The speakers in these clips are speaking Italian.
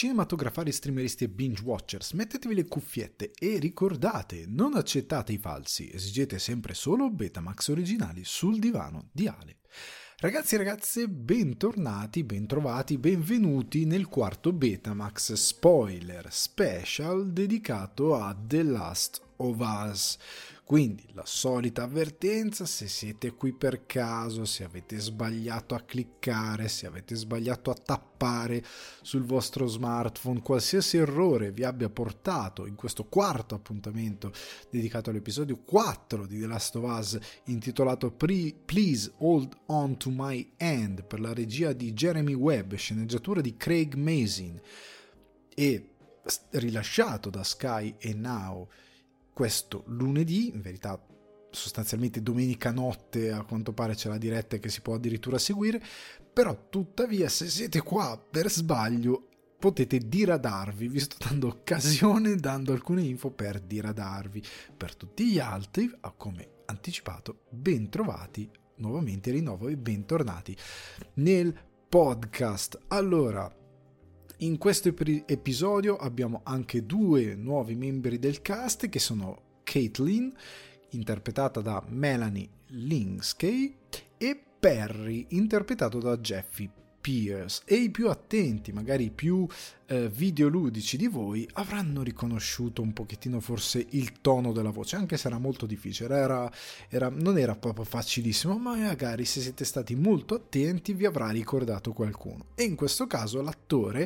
cinematografari, streameristi e binge watchers, mettetevi le cuffiette e ricordate, non accettate i falsi, esigete sempre solo Betamax originali sul divano di Ale. Ragazzi e ragazze, bentornati, bentrovati, benvenuti nel quarto Betamax spoiler special dedicato a The Last of Us. Quindi la solita avvertenza: se siete qui per caso, se avete sbagliato a cliccare, se avete sbagliato a tappare sul vostro smartphone, qualsiasi errore vi abbia portato in questo quarto appuntamento dedicato all'episodio 4 di The Last of Us intitolato Please Hold On To My Hand, per la regia di Jeremy Webb, sceneggiatura di Craig Mazin e rilasciato da Sky e Now questo lunedì, in verità sostanzialmente domenica notte, a quanto pare c'è la diretta che si può addirittura seguire, però tuttavia se siete qua per sbaglio potete diradarvi, vi sto dando occasione, dando alcune info per diradarvi. Per tutti gli altri, come anticipato, bentrovati nuovamente, rinnovo e bentornati nel podcast. Allora, in questo episodio abbiamo anche due nuovi membri del cast, che sono Caitlin, interpretata da Melanie Lynskey, e Perry, interpretato da Jeffrey Pierce. E i più attenti, magari i più videoludici di voi, avranno riconosciuto un pochettino forse il tono della voce, anche se era molto difficile, non era proprio facilissimo, ma magari se siete stati molto attenti vi avrà ricordato qualcuno. E in questo caso l'attore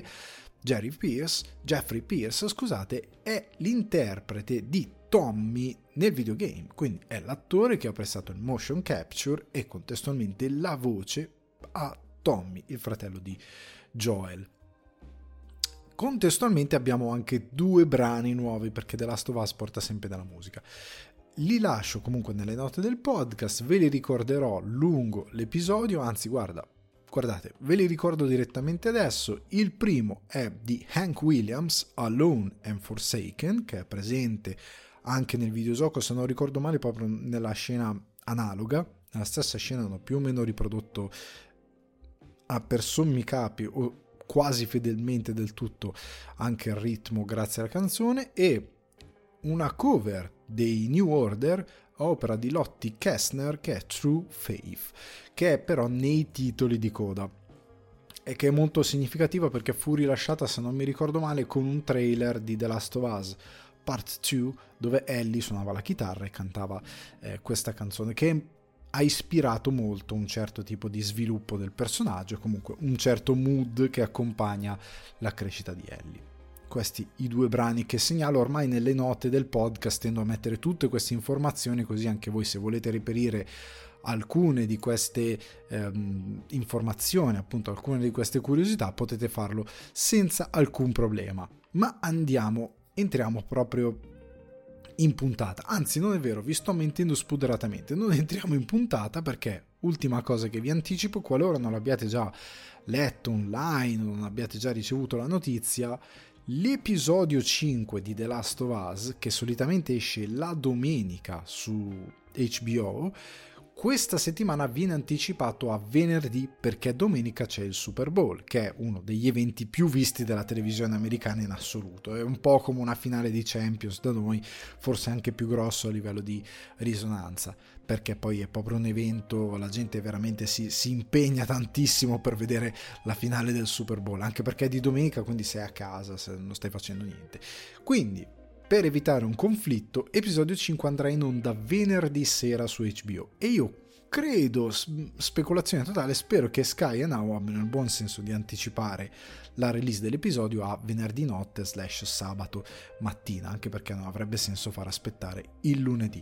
Jeffrey Pierce, è l'interprete di Tommy nel videogame, quindi è l'attore che ha prestato il motion capture e contestualmente la voce a Tommy, il fratello di Joel. Contestualmente abbiamo anche due brani nuovi, perché The Last of Us porta sempre della musica. Li lascio comunque nelle note del podcast, ve li ricorderò lungo l'episodio, anzi guardate, ve li ricordo direttamente adesso. Il primo è di Hank Williams, Alone and Forsaken, che è presente anche nel videogioco, se non ricordo male proprio nella scena analoga, nella stessa scena hanno più o meno riprodotto per sommi capi o quasi fedelmente del tutto anche il ritmo grazie alla canzone, e una cover dei New Order, opera di Lottie Kestner, che è True Faith, che è però nei titoli di coda e che è molto significativa perché fu rilasciata, se non mi ricordo male, con un trailer di The Last of Us Part 2, dove Ellie suonava la chitarra e cantava questa canzone, che ha ispirato molto un certo tipo di sviluppo del personaggio, comunque un certo mood che accompagna la crescita di Ellie. Questi i due brani che segnalo. Ormai nelle note del podcast tendo a mettere tutte queste informazioni, così anche voi, se volete reperire alcune di queste informazioni, appunto alcune di queste curiosità, potete farlo senza alcun problema. Ma entriamo proprio in puntata. Anzi, non è vero, vi sto mentendo spudoratamente, non entriamo in puntata perché, ultima cosa che vi anticipo, qualora non l'abbiate già letto online o non abbiate già ricevuto la notizia, l'episodio 5 di The Last of Us, che solitamente esce la domenica su HBO, questa settimana viene anticipato a venerdì, perché domenica c'è il Super Bowl, che è uno degli eventi più visti della televisione americana in assoluto. È un po' come una finale di Champions da noi, forse anche più grosso a livello di risonanza, perché poi è proprio un evento, la gente veramente si impegna tantissimo per vedere la finale del Super Bowl, anche perché è di domenica, quindi sei a casa, se non stai facendo niente. Quindi, per evitare un conflitto, episodio 5 andrà in onda venerdì sera su HBO, e io credo, speculazione totale, spero che Sky e Now abbiano il buon senso di anticipare la release dell'episodio a venerdì notte / sabato mattina, anche perché non avrebbe senso far aspettare il lunedì.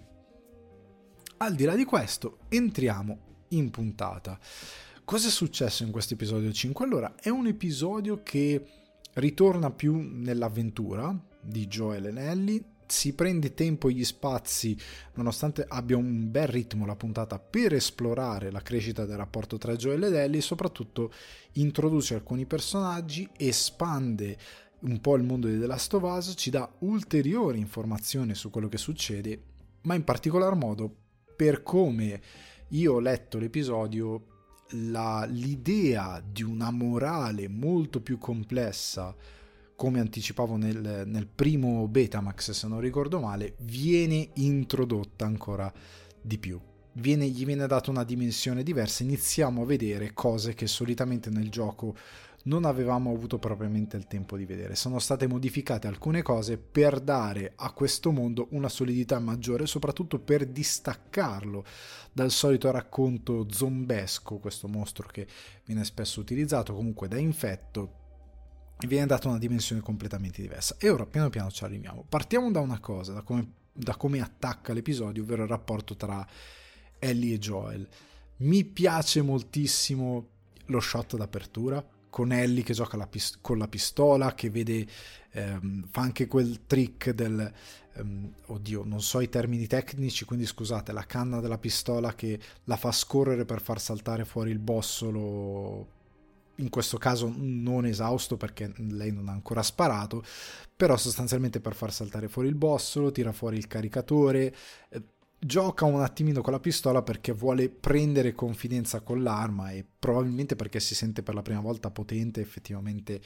Al di là di questo, entriamo in puntata. Cosa è successo in questo episodio 5? Allora, è un episodio che ritorna più nell'avventura di Joel e Ellie, si prende tempo e gli spazi, nonostante abbia un bel ritmo la puntata, per esplorare la crescita del rapporto tra Joel ed Ellie, e soprattutto introduce alcuni personaggi, espande un po' il mondo di The Last of Us, ci dà ulteriori informazioni su quello che succede, ma in particolar modo, per come io ho letto l'episodio, l'idea di una morale molto più complessa come anticipavo nel primo Betamax, se non ricordo male, viene introdotta ancora di più. Gli viene data una dimensione diversa, iniziamo a vedere cose che solitamente nel gioco non avevamo avuto propriamente il tempo di vedere. Sono state modificate alcune cose per dare a questo mondo una solidità maggiore, soprattutto per distaccarlo dal solito racconto zombesco, questo mostro che viene spesso utilizzato comunque da infetto. Viene data una dimensione completamente diversa. E ora piano piano ci arriviamo. Partiamo da una cosa, da come attacca l'episodio, ovvero il rapporto tra Ellie e Joel. Mi piace moltissimo lo shot d'apertura con Ellie che gioca con la pistola, che vede, fa anche quel trick del oddio, non so i termini tecnici, quindi scusate, la canna della pistola che la fa scorrere per far saltare fuori il bossolo, in questo caso non esausto perché lei non ha ancora sparato, però sostanzialmente per far saltare fuori il bossolo, tira fuori il caricatore, gioca un attimino con la pistola perché vuole prendere confidenza con l'arma e probabilmente perché si sente per la prima volta potente, effettivamente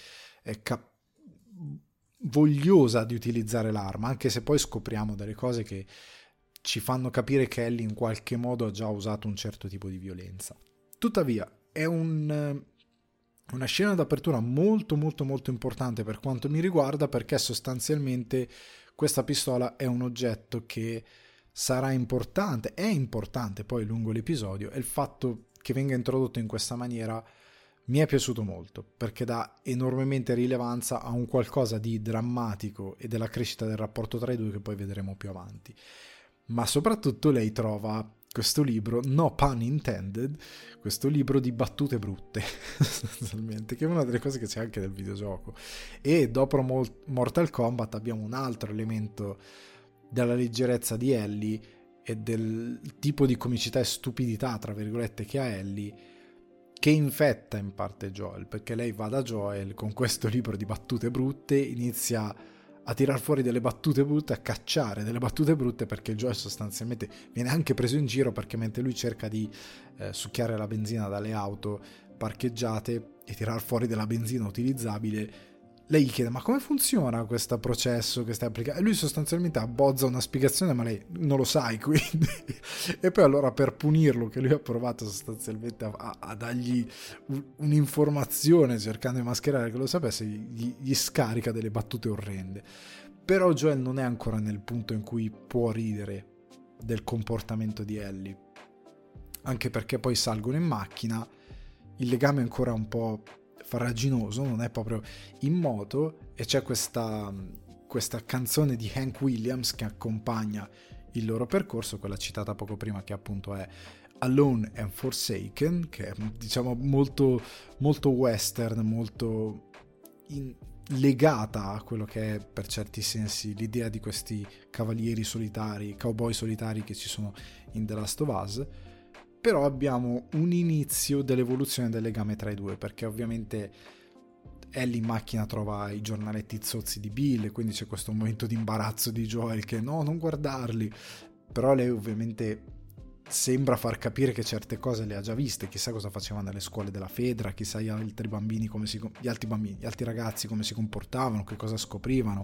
vogliosa di utilizzare l'arma, anche se poi scopriamo delle cose che ci fanno capire che Ellie in qualche modo ha già usato un certo tipo di violenza. Tuttavia è una scena d'apertura molto molto molto importante per quanto mi riguarda, perché sostanzialmente questa pistola è un oggetto che sarà importante, è importante poi lungo l'episodio, e il fatto che venga introdotto in questa maniera mi è piaciuto molto, perché dà enormemente rilevanza a un qualcosa di drammatico e della crescita del rapporto tra i due che poi vedremo più avanti. Ma soprattutto lei trova questo libro, no pun intended, questo libro di battute brutte sostanzialmente, che è una delle cose che c'è anche nel videogioco. E dopo Mortal Kombat abbiamo un altro elemento della leggerezza di Ellie e del tipo di comicità e stupidità tra virgolette che ha Ellie, che infetta in parte Joel, perché lei va da Joel con questo libro di battute brutte, inizia a tirar fuori delle battute brutte, a cacciare delle battute brutte, perché Joel sostanzialmente viene anche preso in giro perché mentre lui cerca di succhiare la benzina dalle auto parcheggiate e tirar fuori della benzina utilizzabile, lei gli chiede: ma come funziona questo processo che stai applicando? E lui sostanzialmente abbozza una spiegazione, ma lei non lo sai, quindi e poi allora per punirlo, che lui ha provato sostanzialmente a dargli un'informazione cercando di mascherare che lo sapesse, gli scarica delle battute orrende. Però Joel non è ancora nel punto in cui può ridere del comportamento di Ellie, anche perché poi salgono in macchina, il legame è ancora un po' farraginoso, non è proprio in moto, e c'è questa canzone di Hank Williams che accompagna il loro percorso, quella citata poco prima, che appunto è Alone and Forsaken, che è diciamo molto, molto western, molto legata a quello che è per certi sensi l'idea di questi cavalieri solitari, cowboy solitari che ci sono in The Last of Us. Però abbiamo un inizio dell'evoluzione del legame tra i due, perché ovviamente Ellie in macchina trova i giornaletti zozzi di Bill e quindi c'è questo momento di imbarazzo di Joel che no, non guardarli, però lei ovviamente sembra far capire che certe cose le ha già viste, chissà cosa faceva nelle scuole della Fedra, chissà gli altri bambini gli altri ragazzi come si comportavano, che cosa scoprivano.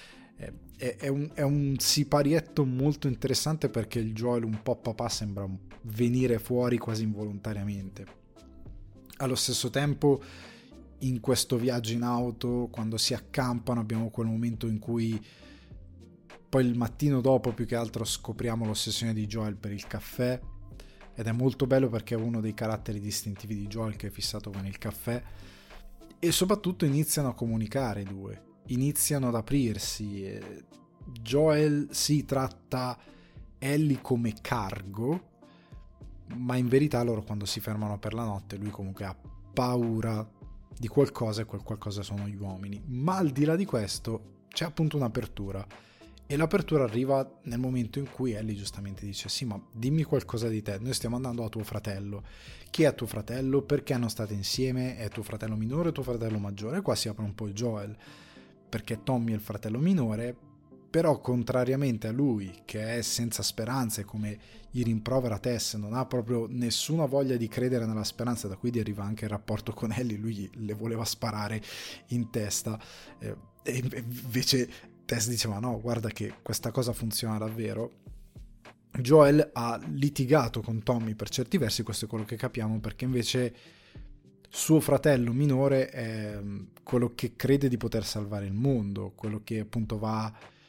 È un siparietto molto interessante, perché il Joel un po' papà sembra venire fuori quasi involontariamente. Allo stesso tempo, in questo viaggio in auto, quando si accampano, abbiamo quel momento in cui poi il mattino dopo più che altro scopriamo l'ossessione di Joel per il caffè, ed è molto bello perché è uno dei caratteri distintivi di Joel, che è fissato con il caffè, e soprattutto iniziano a comunicare i due, iniziano ad aprirsi. Joel si tratta Ellie come cargo, ma in verità loro quando si fermano per la notte lui comunque ha paura di qualcosa, e quel qualcosa sono gli uomini. Ma al di là di questo c'è appunto un'apertura, e l'apertura arriva nel momento in cui Ellie giustamente dice: sì, ma dimmi qualcosa di te, noi stiamo andando a tuo fratello. Chi è tuo fratello? Perché hanno state insieme? È tuo fratello minore o tuo fratello maggiore? E qua si apre un po' il Joel, perché Tommy è il fratello minore, però contrariamente a lui, che è senza speranze, come gli rimprovera Tess, non ha proprio nessuna voglia di credere nella speranza, da cui deriva anche il rapporto con Ellie, lui le voleva sparare in testa. E invece Tess diceva no, guarda che questa cosa funziona davvero. Joel ha litigato con Tommy per certi versi, questo è quello che capiamo, perché invece suo fratello minore è quello che crede di poter salvare il mondo, quello che appunto va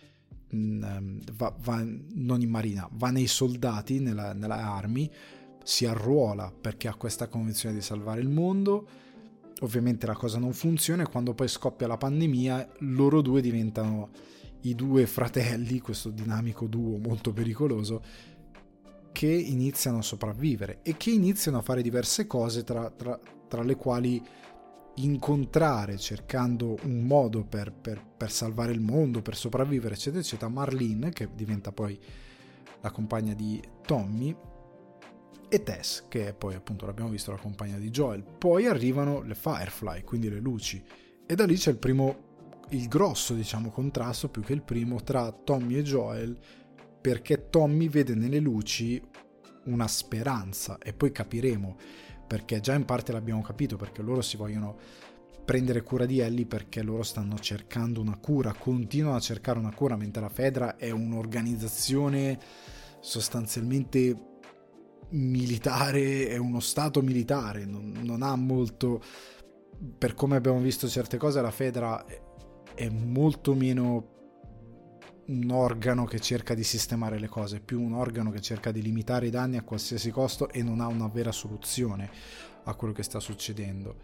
non in marina, va nei soldati, nella army, si arruola perché ha questa convinzione di salvare il mondo. Ovviamente la cosa non funziona e quando poi scoppia la pandemia loro due diventano i due fratelli, questo dinamico duo molto pericoloso, che iniziano a sopravvivere e che iniziano a fare diverse cose tra le quali incontrare, cercando un modo per salvare il mondo, per sopravvivere, eccetera, eccetera, Marlene, che diventa poi la compagna di Tommy, e Tess, che è poi appunto, l'abbiamo visto, la compagna di Joel. Poi arrivano le Firefly, quindi le luci, e da lì c'è il grosso, diciamo, contrasto, più che il primo, tra Tommy e Joel, perché Tommy vede nelle luci una speranza, e poi capiremo perché, già in parte l'abbiamo capito, perché loro si vogliono prendere cura di Ellie, perché loro stanno cercando una cura, continuano a cercare una cura, mentre la Fedra è un'organizzazione sostanzialmente militare, è uno stato militare, non ha molto, per come abbiamo visto certe cose, la Fedra è molto meno un organo che cerca di sistemare le cose, più un organo che cerca di limitare i danni a qualsiasi costo e non ha una vera soluzione a quello che sta succedendo.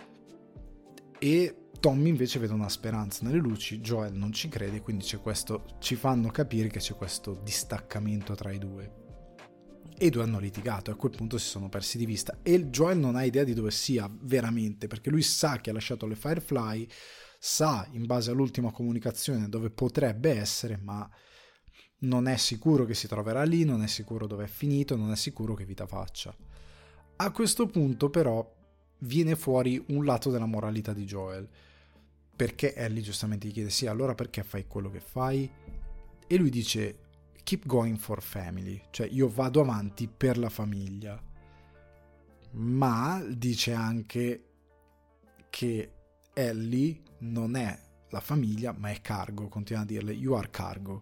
E Tommy invece vede una speranza nelle luci, Joel non ci crede, quindi c'è questo, ci fanno capire che c'è questo distaccamento tra i due. E i due hanno litigato e a quel punto si sono persi di vista, e Joel non ha idea di dove sia veramente, perché lui sa che ha lasciato le Firefly, sa in base all'ultima comunicazione dove potrebbe essere, ma non è sicuro che si troverà lì, non è sicuro dove è finito, non è sicuro che vita faccia. A questo punto però viene fuori un lato della moralità di Joel, perché Ellie giustamente gli chiede sì, allora perché fai quello che fai? E lui dice keep going for family, cioè io vado avanti per la famiglia, ma dice anche che Ellie non è la famiglia ma è cargo, continua a dirle you are cargo,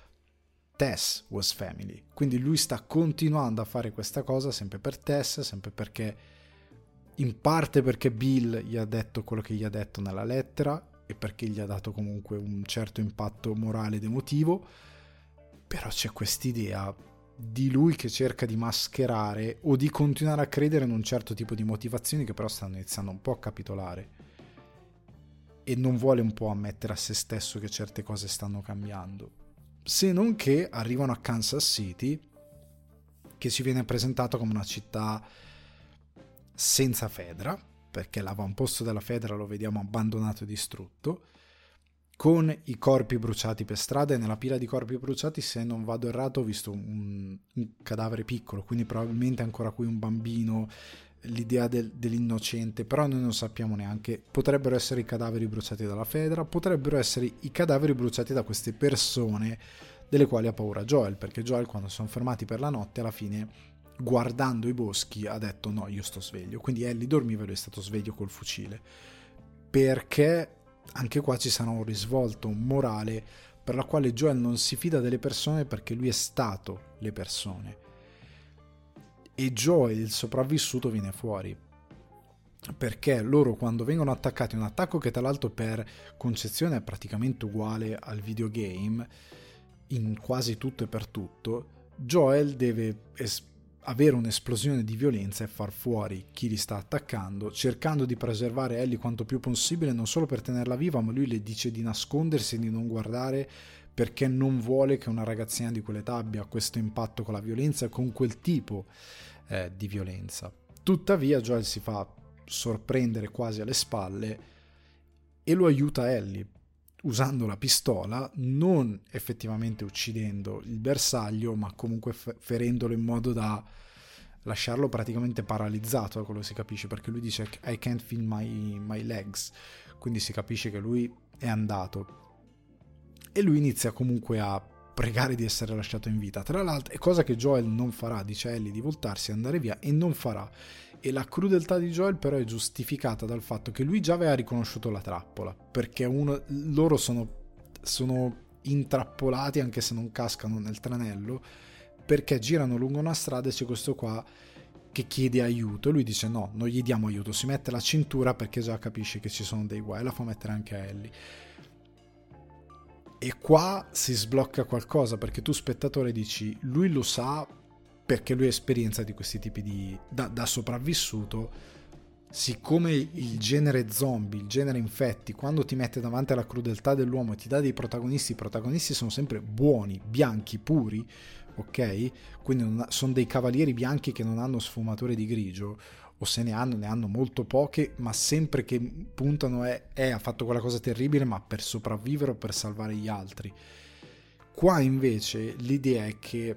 Tess was family, quindi lui sta continuando a fare questa cosa sempre per Tess, sempre perché, in parte perché Bill gli ha detto quello che gli ha detto nella lettera e perché gli ha dato comunque un certo impatto morale ed emotivo, però c'è quest'idea di lui che cerca di mascherare o di continuare a credere in un certo tipo di motivazioni che però stanno iniziando un po' a capitolare, e non vuole un po' ammettere a se stesso che certe cose stanno cambiando, se non che arrivano a Kansas City, che ci viene presentato come una città senza Fedra, perché l'avamposto della Fedra lo vediamo abbandonato e distrutto, con i corpi bruciati per strada, e nella pila di corpi bruciati, se non vado errato, ho visto un cadavere piccolo, quindi probabilmente ancora qui un bambino, l'idea dell'innocente, però noi non sappiamo neanche, potrebbero essere i cadaveri bruciati dalla Fedra, potrebbero essere i cadaveri bruciati da queste persone delle quali ha paura Joel, perché Joel, quando sono fermati per la notte, alla fine, guardando i boschi, ha detto no, io sto sveglio, quindi Ellie dormiva e lui è stato sveglio col fucile, perché anche qua ci sarà un risvolto, un morale per la quale Joel non si fida delle persone, perché lui è stato le persone, e Joel, il sopravvissuto, viene fuori perché loro, quando vengono attaccati, un attacco che tra l'altro per concezione è praticamente uguale al videogame in quasi tutto e per tutto, Joel deve avere un'esplosione di violenza e far fuori chi li sta attaccando, cercando di preservare Ellie quanto più possibile, non solo per tenerla viva, ma lui le dice di nascondersi e di non guardare, perché non vuole che una ragazzina di quell'età abbia questo impatto con la violenza e con quel tipo di violenza. Tuttavia Joel si fa sorprendere quasi alle spalle e lo aiuta Ellie usando la pistola, non effettivamente uccidendo il bersaglio, ma comunque ferendolo in modo da lasciarlo praticamente paralizzato, da quello si capisce, perché lui dice I can't feel my legs, quindi si capisce che lui è andato, e lui inizia comunque a pregare di essere lasciato in vita. Tra l'altro è cosa che Joel non farà, dice a Ellie di voltarsi e andare via, e non farà. E la crudeltà di Joel però è giustificata dal fatto che lui già aveva riconosciuto la trappola, perché loro sono intrappolati anche se non cascano nel tranello, perché girano lungo una strada e c'è questo qua che chiede aiuto e lui dice no, non gli diamo aiuto, si mette la cintura perché già capisce che ci sono dei guai, e la fa mettere anche a Ellie. E qua si sblocca qualcosa, perché tu spettatore dici lui lo sa perché lui ha esperienza di questi tipi di da sopravvissuto. Siccome il genere zombie, il genere infetti, quando ti mette davanti alla crudeltà dell'uomo e ti dà dei protagonisti, i protagonisti sono sempre buoni, bianchi, puri, ok? Quindi sono dei cavalieri bianchi che non hanno sfumature di grigio, o se ne hanno molto poche, ma sempre che puntano ha fatto quella cosa terribile, ma per sopravvivere o per salvare gli altri. Qua invece l'idea è che,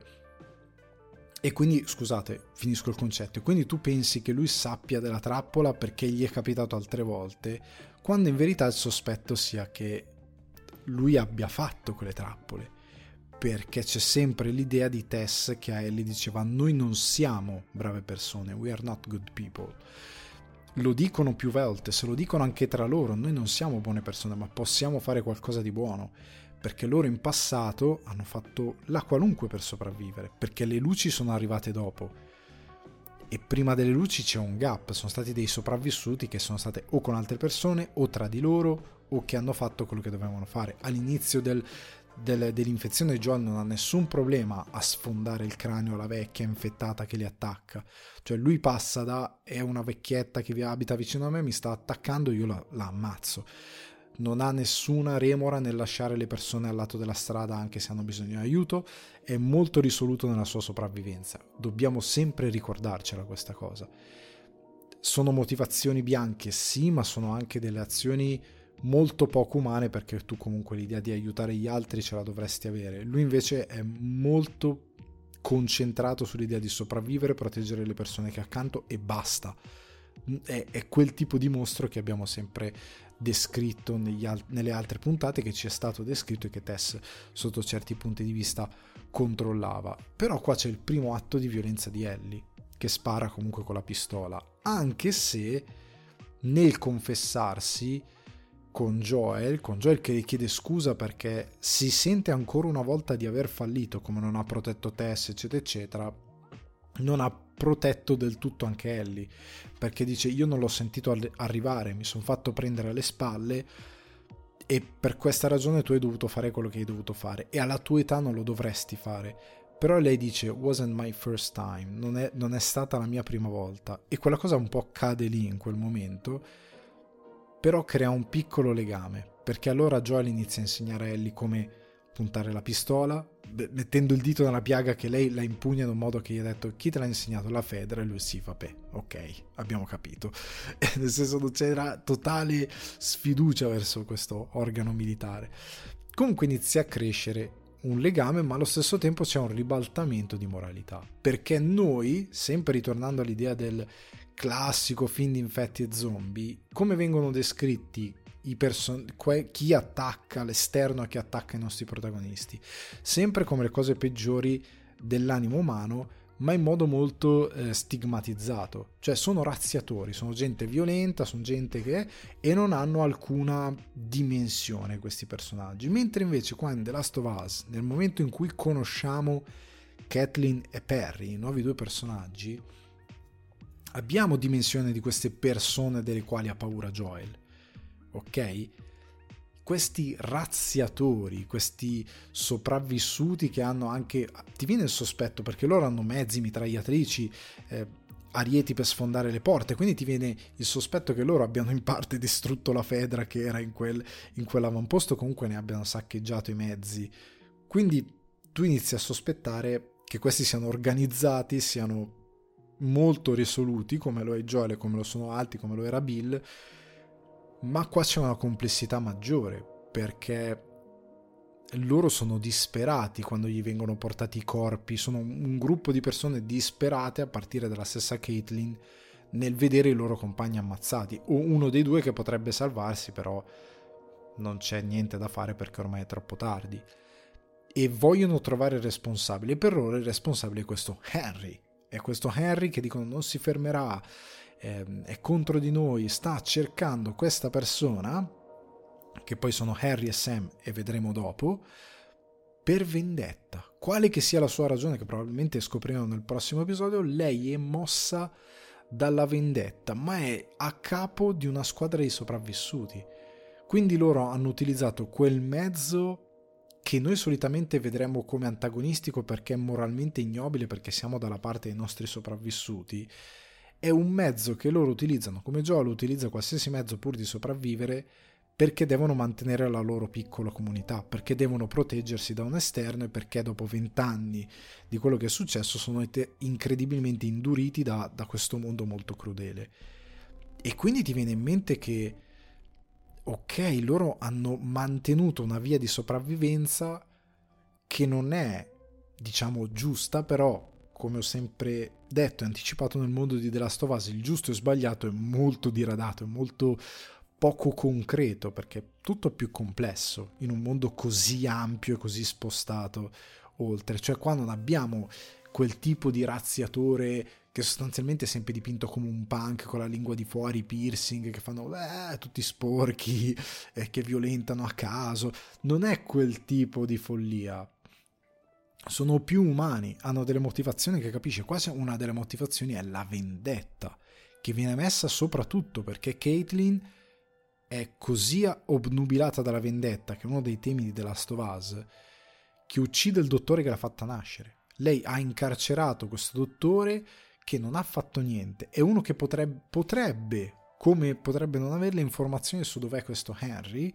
e quindi scusate, finisco il concetto, e quindi tu pensi che lui sappia della trappola perché gli è capitato altre volte, quando in verità il sospetto sia che lui abbia fatto quelle trappole, perché c'è sempre l'idea di Tess che a Ellie diceva noi non siamo brave persone, we are not good people. Lo dicono più volte, se lo dicono anche tra loro, noi non siamo buone persone ma possiamo fare qualcosa di buono, perché loro in passato hanno fatto la qualunque per sopravvivere, perché le luci sono arrivate dopo e prima delle luci c'è un gap, sono stati dei sopravvissuti che sono state o con altre persone o tra di loro o che hanno fatto quello che dovevano fare. All'inizio dell'infezione Joel non ha nessun problema a sfondare il cranio alla vecchia infettata che li attacca, cioè lui passa è una vecchietta che abita vicino a me, mi sta attaccando, io la ammazzo. Non ha nessuna remora nel lasciare le persone al lato della strada anche se hanno bisogno di aiuto, è molto risoluto nella sua sopravvivenza, dobbiamo sempre ricordarcela questa cosa. Sono motivazioni bianche sì, ma sono anche delle azioni molto poco umane, perché tu comunque l'idea di aiutare gli altri ce la dovresti avere. Lui invece è molto concentrato sull'idea di sopravvivere, proteggere le persone che ha accanto e basta. È quel tipo di mostro che abbiamo sempre descritto nelle altre puntate, che ci è stato descritto e che Tess sotto certi punti di vista controllava. Però qua c'è il primo atto di violenza di Ellie, che spara comunque con la pistola, anche se nel confessarsi con Joel che gli chiede scusa perché si sente ancora una volta di aver fallito, come non ha protetto Tess eccetera eccetera, non ha protetto del tutto anche Ellie, perché dice io non l'ho sentito arrivare, mi sono fatto prendere alle spalle e per questa ragione tu hai dovuto fare quello che hai dovuto fare e alla tua età non lo dovresti fare. Però lei dice wasn't my first time, non è stata la mia prima volta, e quella cosa un po' cade lì in quel momento, però crea un piccolo legame, perché allora Joel inizia a insegnare a Ellie come puntare la pistola, mettendo il dito nella piaga che lei la impugna in un modo che gli ha detto chi te l'ha insegnato, la Fedra, e lui sì, vabbè, ok, abbiamo capito. Nel senso non c'era totale sfiducia verso questo organo militare. Comunque inizia a crescere un legame, ma allo stesso tempo c'è un ribaltamento di moralità, perché noi, sempre ritornando all'idea del classico film di infetti e zombie, come vengono descritti chi attacca l'esterno e chi attacca i nostri protagonisti, sempre come le cose peggiori dell'animo umano, ma in modo molto stigmatizzato, cioè sono razziatori, sono gente violenta, sono gente e non hanno alcuna dimensione questi personaggi, mentre invece qua in The Last of Us, nel momento in cui conosciamo Kathleen e Perry, i nuovi due personaggi, abbiamo dimensione di queste persone delle quali ha paura Joel, ok? Questi razziatori, questi sopravvissuti che hanno anche, ti viene il sospetto perché loro hanno mezzi, mitragliatrici, arieti per sfondare le porte, quindi ti viene il sospetto che loro abbiano in parte distrutto la Fedra che era in quell'avamposto, comunque ne abbiano saccheggiato i mezzi, quindi tu inizi a sospettare che questi siano organizzati, siano molto risoluti come lo è Joel, come lo sono altri, come lo era Bill, ma qua c'è una complessità maggiore perché loro sono disperati quando gli vengono portati i corpi, sono un gruppo di persone disperate a partire dalla stessa Caitlin nel vedere i loro compagni ammazzati, o uno dei due che potrebbe salvarsi, però non c'è niente da fare perché ormai è troppo tardi. e vogliono trovare il responsabile. E per loro il responsabile è questo Henry. È questo Henry che dicono non si fermerà, è contro di noi, sta cercando questa persona, che poi sono Harry e Sam e vedremo dopo, per vendetta. Quale che sia la sua ragione, che probabilmente scopriremo nel prossimo episodio, lei è mossa dalla vendetta, ma è a capo di una squadra di sopravvissuti. Quindi loro hanno utilizzato quel mezzo che noi solitamente vedremo come antagonistico perché è moralmente ignobile, perché siamo dalla parte dei nostri sopravvissuti. È un mezzo che loro utilizzano, come Joel utilizza qualsiasi mezzo pur di sopravvivere, perché devono mantenere la loro piccola comunità, perché devono proteggersi da un esterno e perché dopo 20 anni di quello che è successo sono incredibilmente induriti da questo mondo molto crudele. E quindi ti viene in mente che ok, loro hanno mantenuto una via di sopravvivenza che non è, diciamo, giusta, però come ho sempre detto e anticipato nel mondo di The Last of Us, il giusto e sbagliato è molto diradato, è molto poco concreto, perché è tutto più complesso in un mondo così ampio e così spostato oltre. Cioè qua non abbiamo quel tipo di razziatore che sostanzialmente è sempre dipinto come un punk con la lingua di fuori, piercing, che fanno tutti sporchi che violentano a caso. Non è quel tipo di follia. Sono più umani, hanno delle motivazioni che capisci. Quasi una delle motivazioni è la vendetta, che viene messa soprattutto perché Caitlyn è così obnubilata dalla vendetta, che è uno dei temi di The Last of Us, che uccide il dottore che l'ha fatta nascere. Lei ha incarcerato questo dottore che non ha fatto niente. È uno che potrebbe, come potrebbe non avere le informazioni su dov'è questo Henry,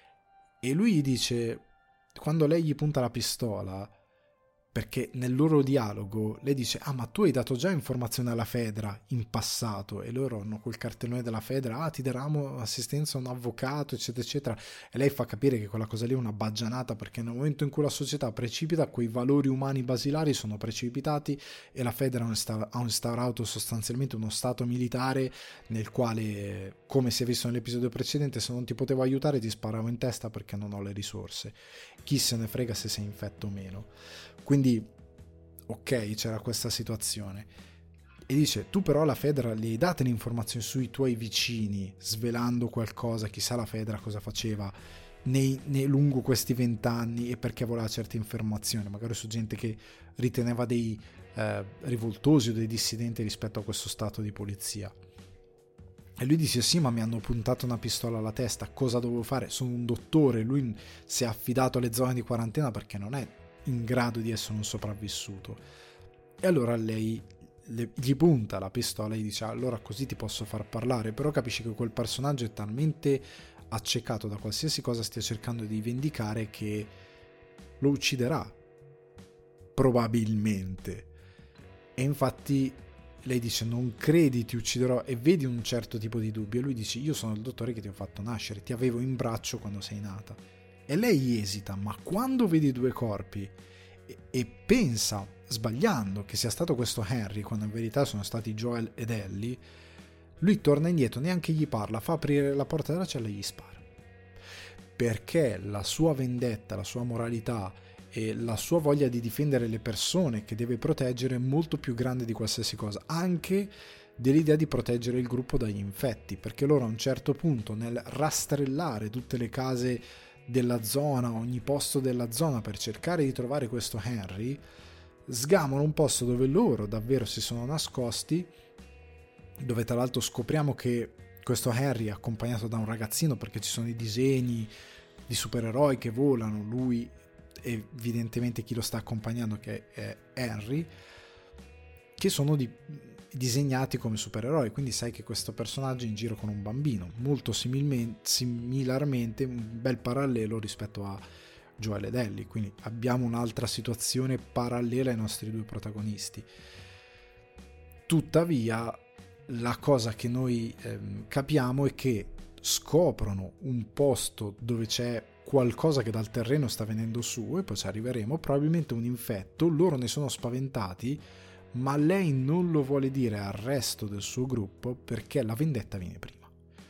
e lui gli dice, quando lei gli punta la pistola, perché nel loro dialogo lei dice ma tu hai dato già informazione alla Fedra in passato, e loro hanno quel cartellone della Fedra, ti daremo assistenza a un avvocato eccetera eccetera, e lei fa capire che quella cosa lì è una baggianata, perché nel momento in cui la società precipita, quei valori umani basilari sono precipitati e la Fedra ha instaurato sostanzialmente uno stato militare nel quale, come si è visto nell'episodio precedente, se non ti potevo aiutare ti sparavo in testa perché non ho le risorse, chi se ne frega se sei infetto o meno. Quindi, ok, c'era questa situazione. E dice, tu però alla Fedra gli hai date le informazioni sui tuoi vicini, svelando qualcosa, chissà la Fedra cosa faceva lungo questi 20 anni e perché voleva certe informazioni, magari su gente che riteneva dei rivoltosi o dei dissidenti rispetto a questo stato di polizia. E lui dice, sì, ma mi hanno puntato una pistola alla testa, cosa dovevo fare? Sono un dottore. Lui si è affidato alle zone di quarantena perché non è in grado di essere un sopravvissuto. E allora lei gli punta la pistola e gli dice, allora così ti posso far parlare. Però capisci che quel personaggio è talmente accecato da qualsiasi cosa stia cercando di vendicare che lo ucciderà, probabilmente. E infatti lei dice, non credi ti ucciderò, e vedi un certo tipo di dubbio, e lui dice, io sono il dottore che ti ho fatto nascere, ti avevo in braccio quando sei nata. E lei esita, ma quando vedi due corpi e pensa, sbagliando, che sia stato questo Henry, quando in verità sono stati Joel ed Ellie, lui torna indietro, neanche gli parla, fa aprire la porta della cella e gli spara. Perché la sua vendetta, la sua moralità e la sua voglia di difendere le persone che deve proteggere è molto più grande di qualsiasi cosa, anche dell'idea di proteggere il gruppo dagli infetti, perché loro a un certo punto, nel rastrellare tutte le case della zona, ogni posto della zona per cercare di trovare questo Henry, sgamano un posto dove loro davvero si sono nascosti, dove tra l'altro scopriamo che questo Henry è accompagnato da un ragazzino, perché ci sono i disegni di supereroi che volano, lui evidentemente chi lo sta accompagnando, che è Henry, che sono disegnati come supereroi, quindi sai che questo personaggio è in giro con un bambino, molto similarmente un bel parallelo rispetto a Joel ed Ellie, quindi abbiamo un'altra situazione parallela ai nostri due protagonisti. Tuttavia la cosa che noi capiamo è che scoprono un posto dove c'è qualcosa che dal terreno sta venendo su, e poi ci arriveremo, probabilmente un infetto, loro ne sono spaventati, ma lei non lo vuole dire al resto del suo gruppo perché la vendetta viene prima.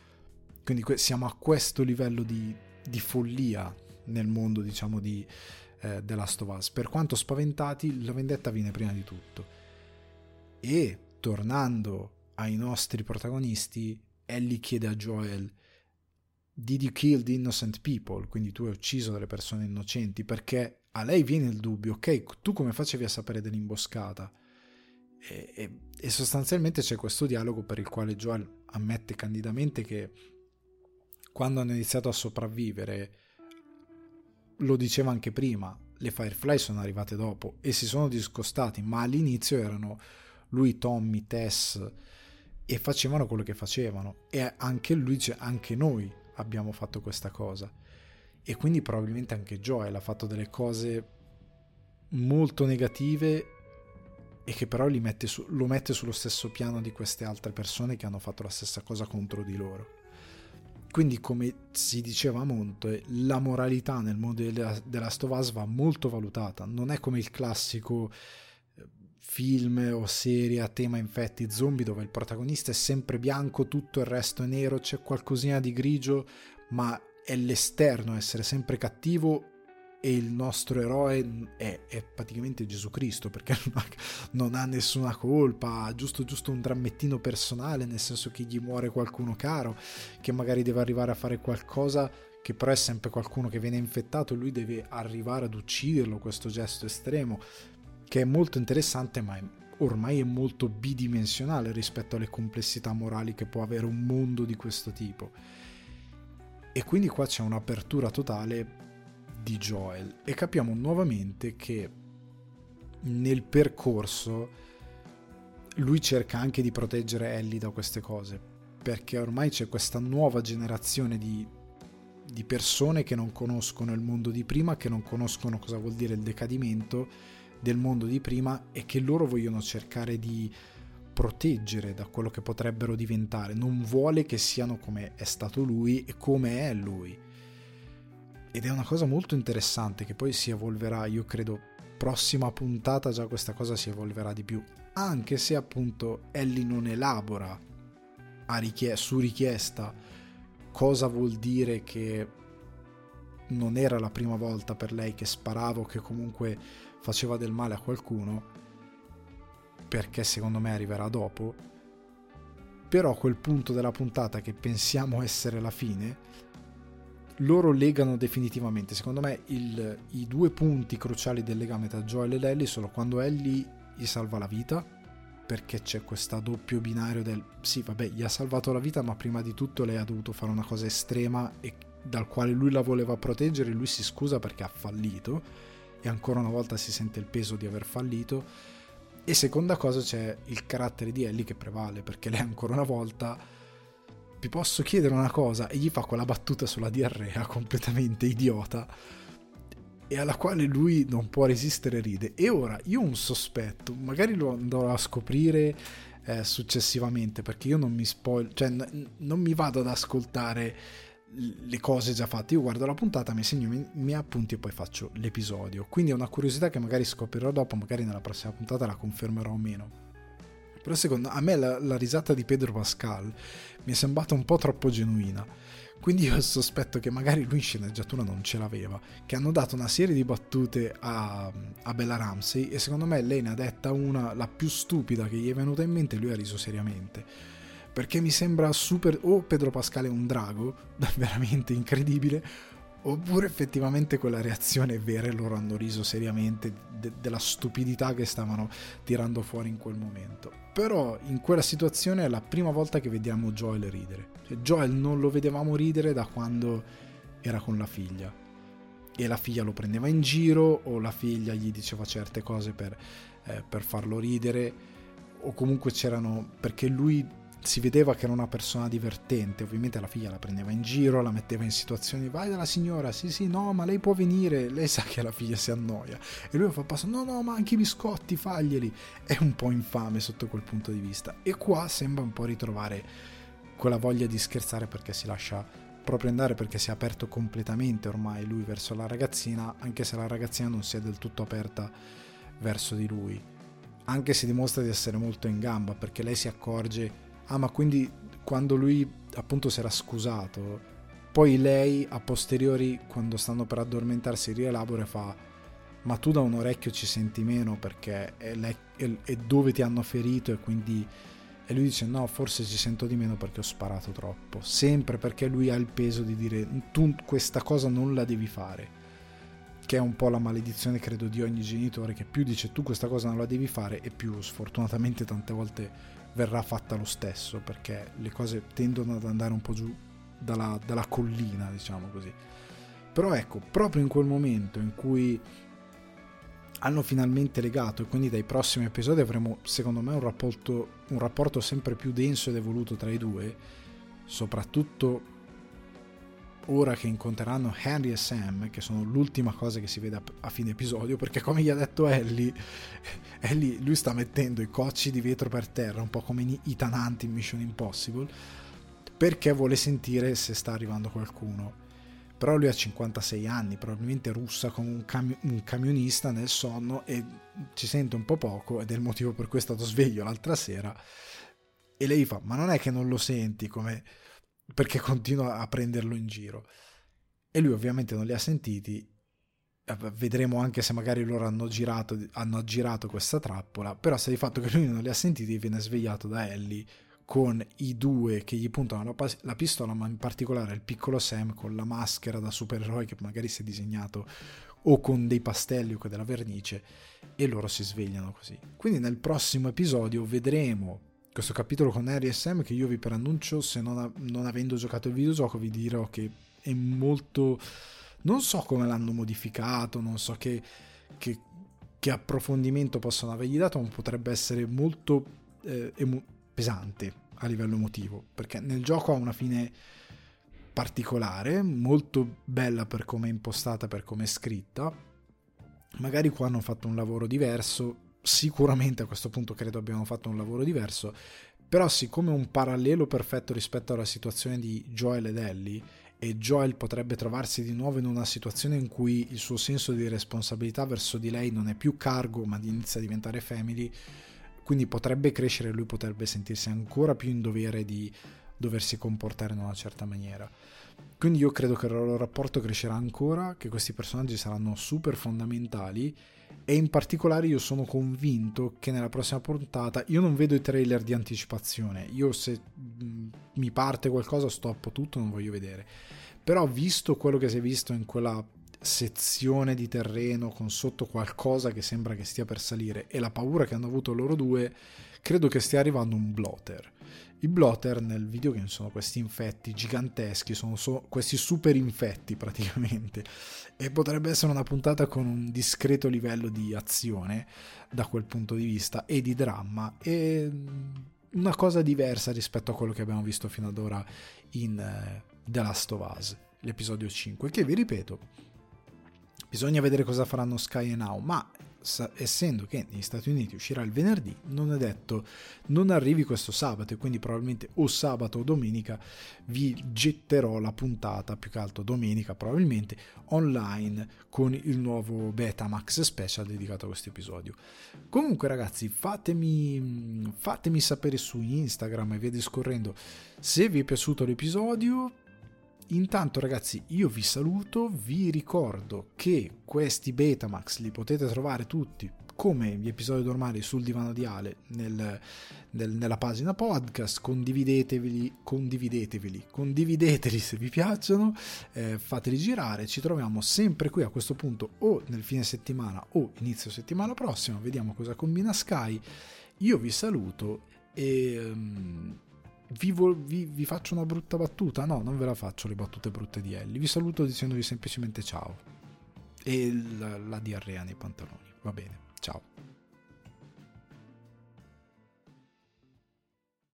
Quindi siamo a questo livello di follia nel mondo, diciamo, di The Last of Us. Per quanto spaventati, la vendetta viene prima di tutto. E tornando ai nostri protagonisti, Ellie chiede a Joel: Did you kill the innocent people? Quindi tu hai ucciso delle persone innocenti, perché a lei viene il dubbio, ok, tu come facevi a sapere dell'imboscata? E sostanzialmente c'è questo dialogo per il quale Joel ammette candidamente che quando hanno iniziato a sopravvivere, lo diceva anche prima, le Firefly sono arrivate dopo e si sono discostati, ma all'inizio erano lui, Tommy, Tess, e facevano quello che facevano, e anche lui, anche noi abbiamo fatto questa cosa, e quindi probabilmente anche Joel ha fatto delle cose molto negative e che però lo mette sullo stesso piano di queste altre persone che hanno fatto la stessa cosa contro di loro. Quindi, come si diceva a monte, la moralità nel mondo della Last of Us va molto valutata. Non è come il classico film o serie a tema infetti zombie dove il protagonista è sempre bianco, tutto il resto è nero, c'è qualcosina di grigio, ma è l'esterno essere sempre cattivo, e il nostro eroe è praticamente Gesù Cristo, perché non ha nessuna colpa, ha giusto un drammettino personale, nel senso che gli muore qualcuno caro, che magari deve arrivare a fare qualcosa, che però è sempre qualcuno che viene infettato e lui deve arrivare ad ucciderlo, questo gesto estremo, che è molto interessante, ma ormai è molto bidimensionale rispetto alle complessità morali che può avere un mondo di questo tipo. E quindi qua c'è un'apertura totale di Joel, e capiamo nuovamente che nel percorso lui cerca anche di proteggere Ellie da queste cose, perché ormai c'è questa nuova generazione di persone che non conoscono il mondo di prima, che non conoscono cosa vuol dire il decadimento del mondo di prima, e che loro vogliono cercare di proteggere da quello che potrebbero diventare. Non vuole che siano come è stato lui e come è lui. Ed è una cosa molto interessante che poi si evolverà, io credo prossima puntata già questa cosa si evolverà di più, anche se appunto Ellie non elabora su richiesta cosa vuol dire che non era la prima volta per lei che sparava o che comunque faceva del male a qualcuno, perché secondo me arriverà dopo. Però quel punto della puntata che pensiamo essere la fine, loro legano definitivamente. Secondo me i due punti cruciali del legame tra Joel e Ellie sono quando Ellie gli salva la vita, perché c'è questo doppio binario del sì, vabbè, gli ha salvato la vita, ma prima di tutto lei ha dovuto fare una cosa estrema e dal quale lui la voleva proteggere, lui si scusa perché ha fallito e ancora una volta si sente il peso di aver fallito. E seconda cosa, c'è il carattere di Ellie che prevale, perché lei ancora una volta: vi posso chiedere una cosa? E gli fa quella battuta sulla diarrea completamente idiota, e alla quale lui non può resistere e ride. E ora io ho un sospetto, magari lo andrò a scoprire successivamente, perché io non mi spoil, cioè non mi vado ad ascoltare le cose già fatte, io guardo la puntata, mi segno i miei appunti e poi faccio l'episodio, quindi è una curiosità che magari scoprirò dopo, magari nella prossima puntata la confermerò o meno. Però secondo me la risata di Pedro Pascal mi è sembrata un po' troppo genuina, quindi io sospetto che magari lui in sceneggiatura non ce l'aveva, che hanno dato una serie di battute a Bella Ramsey e secondo me lei ne ha detta una, la più stupida che gli è venuta in mente, e lui ha riso seriamente, perché mi sembra super, o Pedro Pascal è un drago veramente incredibile, oppure effettivamente quella reazione è vera e loro hanno riso seriamente della stupidità che stavano tirando fuori in quel momento. Però in quella situazione è la prima volta che vediamo Joel ridere, cioè, Joel non lo vedevamo ridere da quando era con la figlia, e la figlia lo prendeva in giro, o la figlia gli diceva certe cose per farlo ridere, o comunque c'erano, perché lui si vedeva che era una persona divertente, ovviamente la figlia la prendeva in giro, la metteva in situazioni, vai dalla signora, sì no, ma lei può venire, lei sa che la figlia si annoia, e lui fa passo, no, ma anche i biscotti faglieli, è un po' infame sotto quel punto di vista. E qua sembra un po' ritrovare quella voglia di scherzare, perché si lascia proprio andare, perché si è aperto completamente ormai lui verso la ragazzina, anche se la ragazzina non si è del tutto aperta verso di lui, anche se dimostra di essere molto in gamba, perché lei si accorge, ma quindi quando lui appunto si era scusato, poi lei a posteriori, quando stanno per addormentarsi, rielabora e fa: ma tu da un orecchio ci senti meno perché è dove ti hanno ferito, e quindi... E lui dice no, forse ci sento di meno perché ho sparato troppo, sempre perché lui ha il peso di dire tu questa cosa non la devi fare, che è un po' la maledizione credo di ogni genitore, che più dice tu questa cosa non la devi fare e più sfortunatamente tante volte verrà fatta lo stesso, perché le cose tendono ad andare un po' giù dalla collina, diciamo così. Però ecco, proprio in quel momento in cui hanno finalmente legato, e quindi dai prossimi episodi avremo secondo me un rapporto sempre più denso ed evoluto tra i due, soprattutto ora che incontreranno Henry e Sam, che sono l'ultima cosa che si vede a fine episodio, perché come gli ha detto Ellie, lui sta mettendo i cocci di vetro per terra, un po' come i tananti in Mission Impossible, perché vuole sentire se sta arrivando qualcuno. Però lui ha 56 anni, probabilmente russa come un camionista nel sonno, e ci sente un po' poco, ed è il motivo per cui è stato sveglio l'altra sera. E lei fa, ma non è che non lo senti, come... perché continua a prenderlo in giro. E lui ovviamente non li ha sentiti. Vedremo anche se magari loro hanno aggirato questa trappola, però sta di fatto che lui non li ha sentiti e viene svegliato da Ellie con i due che gli puntano la pistola, ma in particolare il piccolo Sam con la maschera da supereroe che magari si è disegnato, o con dei pastelli o con della vernice, e loro si svegliano così. Quindi nel prossimo episodio vedremo questo capitolo con Harry e Sam, che io vi preannuncio, se non avendo giocato il videogioco vi dirò che è molto... non so come l'hanno modificato, non so che approfondimento possono avergli dato, ma potrebbe essere molto pesante a livello emotivo, perché nel gioco ha una fine particolare, molto bella per come è impostata, per come è scritta. Magari qua hanno fatto un lavoro diverso, sicuramente a questo punto credo abbiano fatto un lavoro diverso, però siccome è un parallelo perfetto rispetto alla situazione di Joel ed Ellie, e Joel potrebbe trovarsi di nuovo in una situazione in cui il suo senso di responsabilità verso di lei non è più cargo ma inizia a diventare family, quindi potrebbe crescere, lui potrebbe sentirsi ancora più in dovere di doversi comportare in una certa maniera. Quindi io credo che il loro rapporto crescerà ancora, che questi personaggi saranno super fondamentali, e in particolare io sono convinto che nella prossima puntata, io non vedo i trailer di anticipazione, io se mi parte qualcosa stoppo tutto, non voglio vedere, però visto quello che si è visto in quella sezione di terreno con sotto qualcosa che sembra che stia per salire, e la paura che hanno avuto loro due, credo che stia arrivando un bloater. I bloater nel videogame sono questi infetti giganteschi, sono questi super infetti praticamente, e potrebbe essere una puntata con un discreto livello di azione da quel punto di vista, e di dramma, e una cosa diversa rispetto a quello che abbiamo visto fino ad ora in The Last of Us, l'episodio 5, che vi ripeto, bisogna vedere cosa faranno Sky e Now, ma essendo che negli Stati Uniti uscirà il venerdì, non è detto non arrivi questo sabato, e quindi probabilmente o sabato o domenica vi getterò la puntata, più che altro domenica probabilmente, online con il nuovo Betamax special dedicato a questo episodio. Comunque ragazzi, fatemi sapere su Instagram e via discorrendo se vi è piaciuto l'episodio. Intanto ragazzi io vi saluto, vi ricordo che questi Betamax li potete trovare tutti come gli episodi normali sul divano di Ale nella pagina podcast, condivideteli se vi piacciono, fateli girare, ci troviamo sempre qui a questo punto o nel fine settimana o inizio settimana prossima, vediamo cosa combina Sky. Io vi saluto e... Vi faccio una brutta battuta? No, non ve la faccio le battute brutte di Ellie. Vi saluto dicendovi semplicemente ciao. E la diarrea nei pantaloni, va bene.